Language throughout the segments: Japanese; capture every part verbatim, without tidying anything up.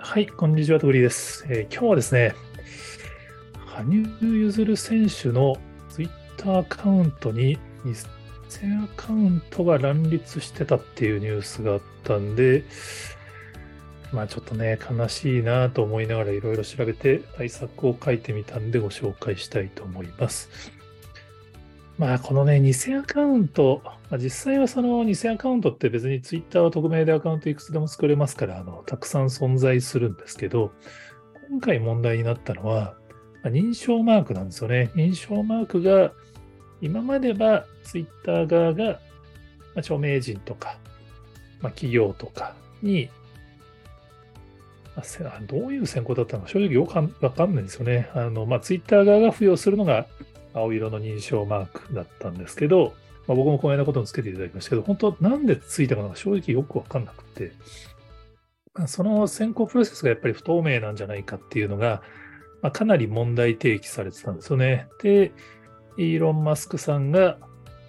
はい、こんにちは、とぐりです。えー今日はですね、羽生結弦選手のツイッターアカウントに偽アカウントが乱立してたっていうニュースがあったんで、まあちょっとね、悲しいなと思いながらいろいろ調べて対策を書いてみたんでご紹介したいと思います。まあこのね、偽アカウント、まあ、実際はその偽アカウントって別にツイッターは匿名でアカウントいくつでも作れますから、あの、たくさん存在するんですけど、今回問題になったのは、まあ認証マークなんですよね。認証マークが、今まではツイッター側が、まあ、著名人とか、まあ、企業とかに、まあせあどういう選考だったのか正直よくわかんないんですよね。あの、まあ、ツイッター側が付与するのが青色の認証マークだったんですけど、まあ、僕もこの間ことにつけていただきましたけど、本当なんでついたのか正直よくわかんなくて、まあその選考プロセスがやっぱり不透明なんじゃないかっていうのが、まあ、かなり問題提起されてたんですよね。で、イーロン・マスクさんが、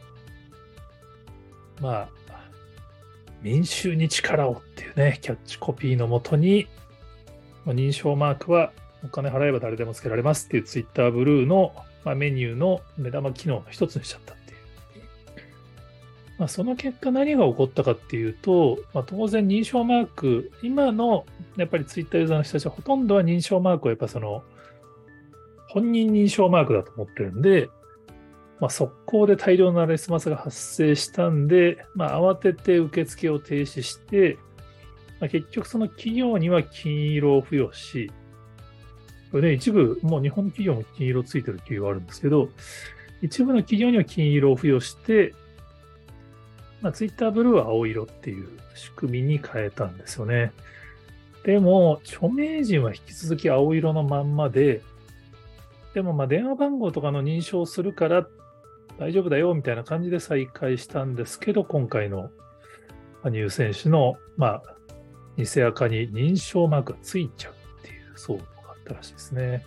まあ、民衆に力をっていうね、キャッチコピーのもとに、認証マークはお金払えば誰でもつけられますっていうツイッターブルーの、まあ、メニューの目玉機能の一つにしちゃったっていう。まあ、その結果何が起こったかっていうと、まあ、当然認証マーク、今のやっぱりツイッターユーザーの人たちはほとんどは認証マークをやっぱその本人認証マークだと思ってるんで、まあ、速攻で大量のレスマスが発生したんで、まあ、慌てて受付を停止して、まあ、結局その企業には金色を付与し、これね、一部、もう日本の企業も金色ついてる企業があるんですけど、一部の企業には金色を付与して、まあ、ツイッターブルーは青色っていう仕組みに変えたんですよね。でも、著名人は引き続き青色のまんまで、でもまあ電話番号とかの認証をするから大丈夫だよみたいな感じで再開したんですけど、今回の羽生選手の、まあ、偽アカに認証マークがついちゃうっていう騒動があったらしいですね。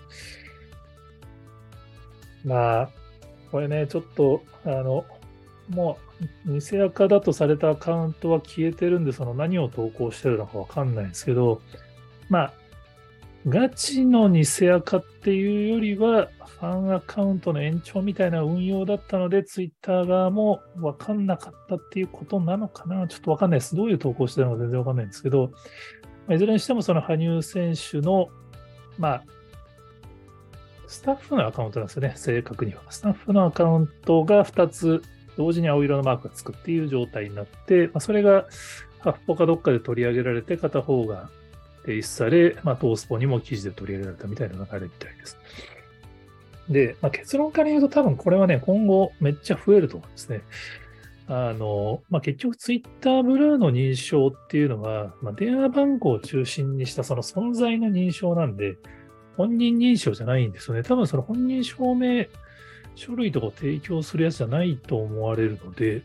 まあ、これね、ちょっと、あの、もう、偽アカだとされたアカウントは消えてるんで、その何を投稿してるのかわかんないんですけど、まあ、ガチの偽アカっていうよりは、ファンアカウントの延長みたいな運用だったので、ツイッター側も分かんなかったっていうことなのかな。ちょっと分かんないです。どういう投稿してるのか全然分かんないんですけど、いずれにしてもその羽生選手の、まあ、スタッフのアカウントなんですよね、正確には。スタッフのアカウントがふたつ同時に青色のマークがつくっていう状態になって、まあ、それがハフポかどっかで取り上げられて、片方が提出され、まあ、トースポにも記事で取り上げられたみたいな流れみたいです。で、まあ、結論から言うと多分これはね、今後めっちゃ増えると思うんですね。あの、まあ、結局ツイッターブルーの認証っていうのは、まあ、電話番号を中心にしたその存在の認証なんで、本人認証じゃないんですよね。多分その本人証明書類とかを提供するやつじゃないと思われるので、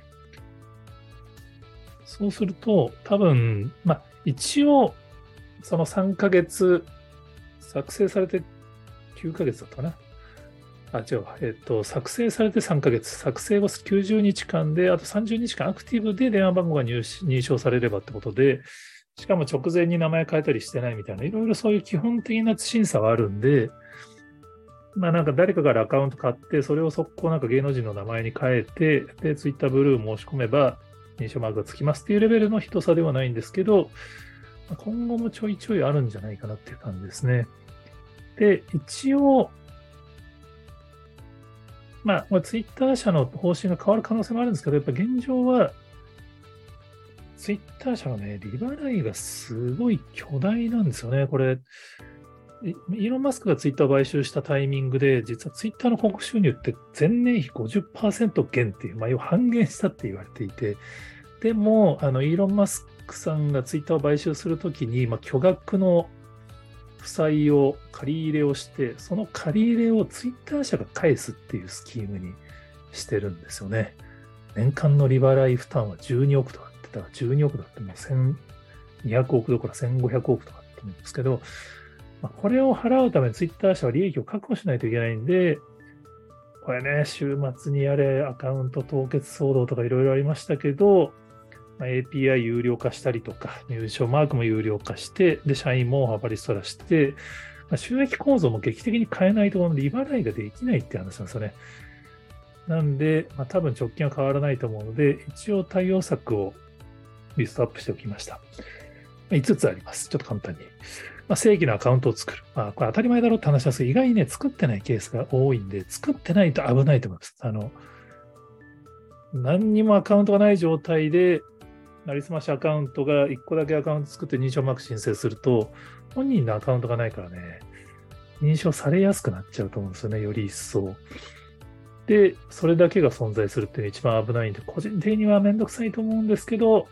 そうすると多分、まあ、一応そのさんかげつ作成されてきゅうかげつだったかな。あ、違うわ。えっと、作成されてさんかげつ、作成後きゅうじゅうにちかんで、あとさんじゅうにちかんアクティブで電話番号が入認証されればってことで、しかも直前に名前変えたりしてないみたいな、いろいろそういう基本的な審査はあるんで、まあなんか誰かからアカウント買って、それを速攻なんか芸能人の名前に変えて、で、ツイッターブルー申し込めば認証マークがつきますっていうレベルの人差ではないんですけど、今後もちょいちょいあるんじゃないかなっていう感じですね。で、一応、まあ、ツイッター社の方針が変わる可能性もあるんですけど、やっぱ現状は、ツイッター社のね、利払いがすごい巨大なんですよね。これ、イーロン・マスクがツイッターを買収したタイミングで、実はツイッターの広告収入って前年比ごじゅっパーセント減っていう、まあ、要は半減したって言われていて、でも、あのイーロン・マスクさんがツイッターを買収するときに、まあ、巨額の負債を借り入れをして、その借り入れをツイッター社が返すっていうスキームにしてるんですよね。年間の利払い負担はじゅうにおくとかって言ったら、じゅうにおくだってもうせんにひゃくおくどころかせんごひゃくおくとかだと思うんですけど、まあ、これを払うためにツイッター社は利益を確保しないといけないんで、これね、週末にやれ、アカウント凍結騒動とかいろいろありましたけど、 まあ、エーピーアイ 有料化したりとか、入賞マークも有料化して、で、社員も大幅リストラして、まあ、収益構造も劇的に変えないと、利払いができないって話なんですよね。なんで、まあ、多分直近は変わらないと思うので、一応対応策をリストアップしておきました。いつつあります。ちょっと簡単に。まあ、正規のアカウントを作る。まあ、これ当たり前だろうって話ですが、意外にね、作ってないケースが多いんで、作ってないと危ないと思います。あの、何にもアカウントがない状態で、なりすましアカウントがいっこだけアカウント作って認証マーク申請すると、本人のアカウントがないからね、認証されやすくなっちゃうと思うんですよね、より一層。で、それだけが存在するっていうのが一番危ないんで、個人的にはめんどくさいと思うんですけど、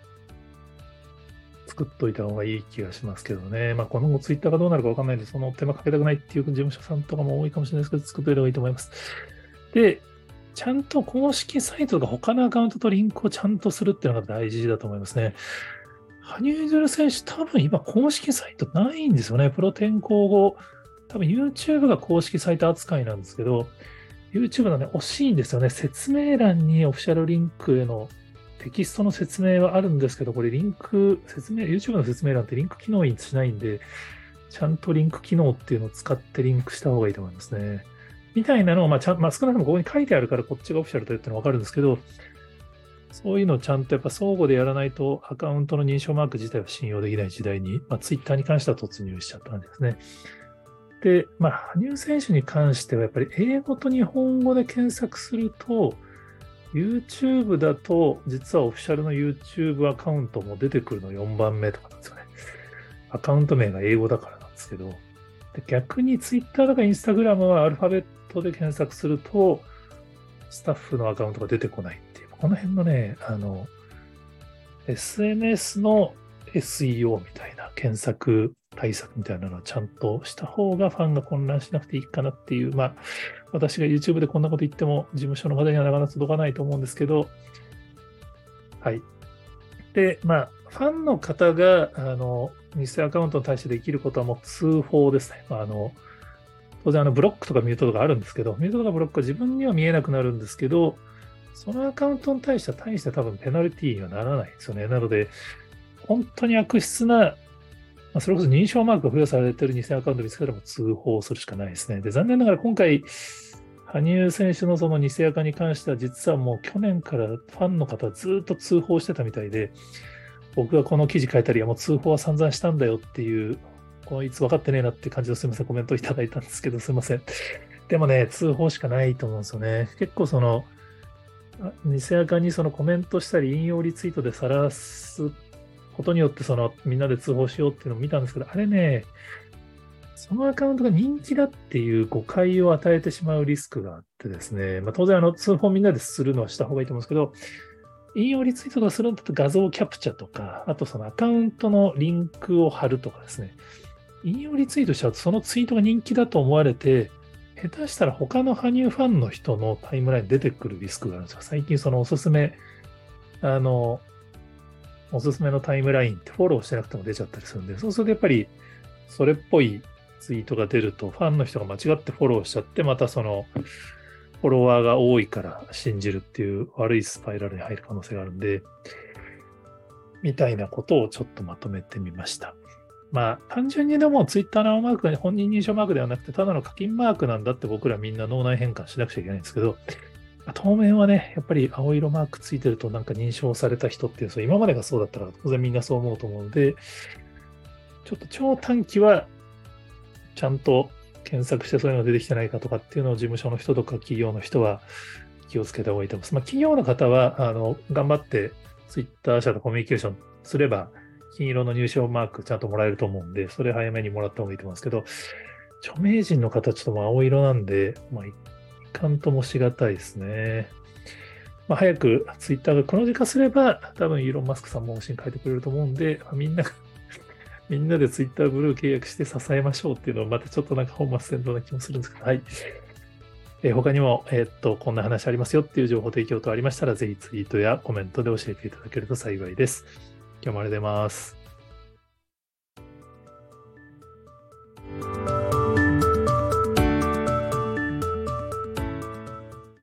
作っといた方がいい気がしますけどね。まあ、今後ツイッターがどうなるかわかんないんで、その手間かけたくないっていう事務所さんとかも多いかもしれないですけど、作っといた方がいいと思います。で、ちゃんと公式サイトとか他のアカウントとリンクをちゃんとするっていうのが大事だと思いますね。羽生結弦選手、多分今公式サイトないんですよね。プロ転向後、多分 YouTube が公式サイト扱いなんですけど、YouTube のね、惜しいんですよね。説明欄にオフィシャルリンクへのテキストの説明はあるんですけど、これリンク、説明、YouTube の説明欄ってリンク機能にしないんで、ちゃんとリンク機能っていうのを使ってリンクした方がいいと思いますね。みたいなのを、まあ、ちゃん、まあ、少なくともここに書いてあるから、こっちがオフィシャルだよってのはわかるんですけど、そういうのをちゃんとやっぱ相互でやらないと、アカウントの認証マーク自体は信用できない時代に、まあ、Twitter に関しては突入しちゃった感じですね。で、まあ、羽生選手に関しては、やっぱり英語と日本語で検索すると、YouTube だと、実はオフィシャルの YouTube アカウントも出てくるのよんばんめとかなんですよね。アカウント名が英語だからなんですけど、で逆に Twitter とか Instagram はアルファベットで検索すると、スタッフのアカウントが出てこないっていう、この辺のね、あの、エスエヌエス の エスイーオー みたいな検索対策みたいなのをちゃんとした方がファンが混乱しなくていいかなっていう、まあ、私が YouTube でこんなこと言っても事務所の方にはなかなか届かないと思うんですけど、はい。で、まあ、ファンの方が、あの、偽アカウントに対してできることはもう通報ですね。あの、当然あのブロックとかミュートとかあるんですけど、ミュートとかブロックは自分には見えなくなるんですけど、そのアカウントに対しては大して多分ペナルティーにはならないんですよね。なので、本当に悪質な、まあ、それこそ認証マークが付与されている偽アカウント見つけたらもう通報するしかないですね。で、残念ながら今回、羽生選手のその偽アカに関しては、実はもう去年からファンの方はずっと通報してたみたいで、僕がこの記事書いたり、いやもう通報は散々したんだよっていう、こいつ分かってねえなって感じのすみません、コメントをいただいたんですけど、すみません。でもね、通報しかないと思うんですよね。結構その、偽アカにそのコメントしたり、引用リツイートで晒すことによって、そのみんなで通報しようっていうのを見たんですけど、あれね、そのアカウントが人気だっていう誤解を与えてしまうリスクがあってですね、まあ、当然あの通報みんなでするのはした方がいいと思うんですけど、引用リツイートとかするんだと画像キャプチャとか、あとそのアカウントのリンクを貼るとかですね、引用リツイートしちゃうとそのツイートが人気だと思われて、下手したら他の羽生ファンの人のタイムラインに出てくるリスクがあるんですよ。最近そのおすすめ、あの、おすすめのタイムラインってフォローしてなくても出ちゃったりするんで、そうするとやっぱりそれっぽいツイートが出ると、ファンの人が間違ってフォローしちゃって、またその、フォロワーが多いから信じるっていう悪いスパイラルに入る可能性があるんで、みたいなことをちょっとまとめてみました。まあ、単純にでもツイッターの青マークが本人認証マークではなくて、ただの課金マークなんだって僕らみんな脳内変換しなくちゃいけないんですけど、当面はね、やっぱり青色マークついてるとなんか認証された人っていう、そう今までがそうだったら当然みんなそう思うと思うので、ちょっと超短期はちゃんと検索してそういうのが出てきてないかとかっていうのを事務所の人とか企業の人は気をつけた方がいいと思います。まあ、企業の方はあの頑張ってツイッター社とコミュニケーションすれば金色の入賞マークちゃんともらえると思うんで、それ早めにもらった方がいいと思うんですけど、著名人の方ちょっともう青色なんで、まあ、いかんともしがたいですね。まあ、早くツイッターが黒字化すれば、多分イーロン・マスクさんも方針変えてくれると思うんで、まあ、みんながみんなでツイッターブルー契約して支えましょうっていうのをまたちょっとなんか本末転倒な気もするんですけど、はい。えー、他にも、えー、っと、こんな話ありますよっていう情報提供とありましたら、ぜひツイートやコメントで教えていただけると幸いです。今日もありがとうございます。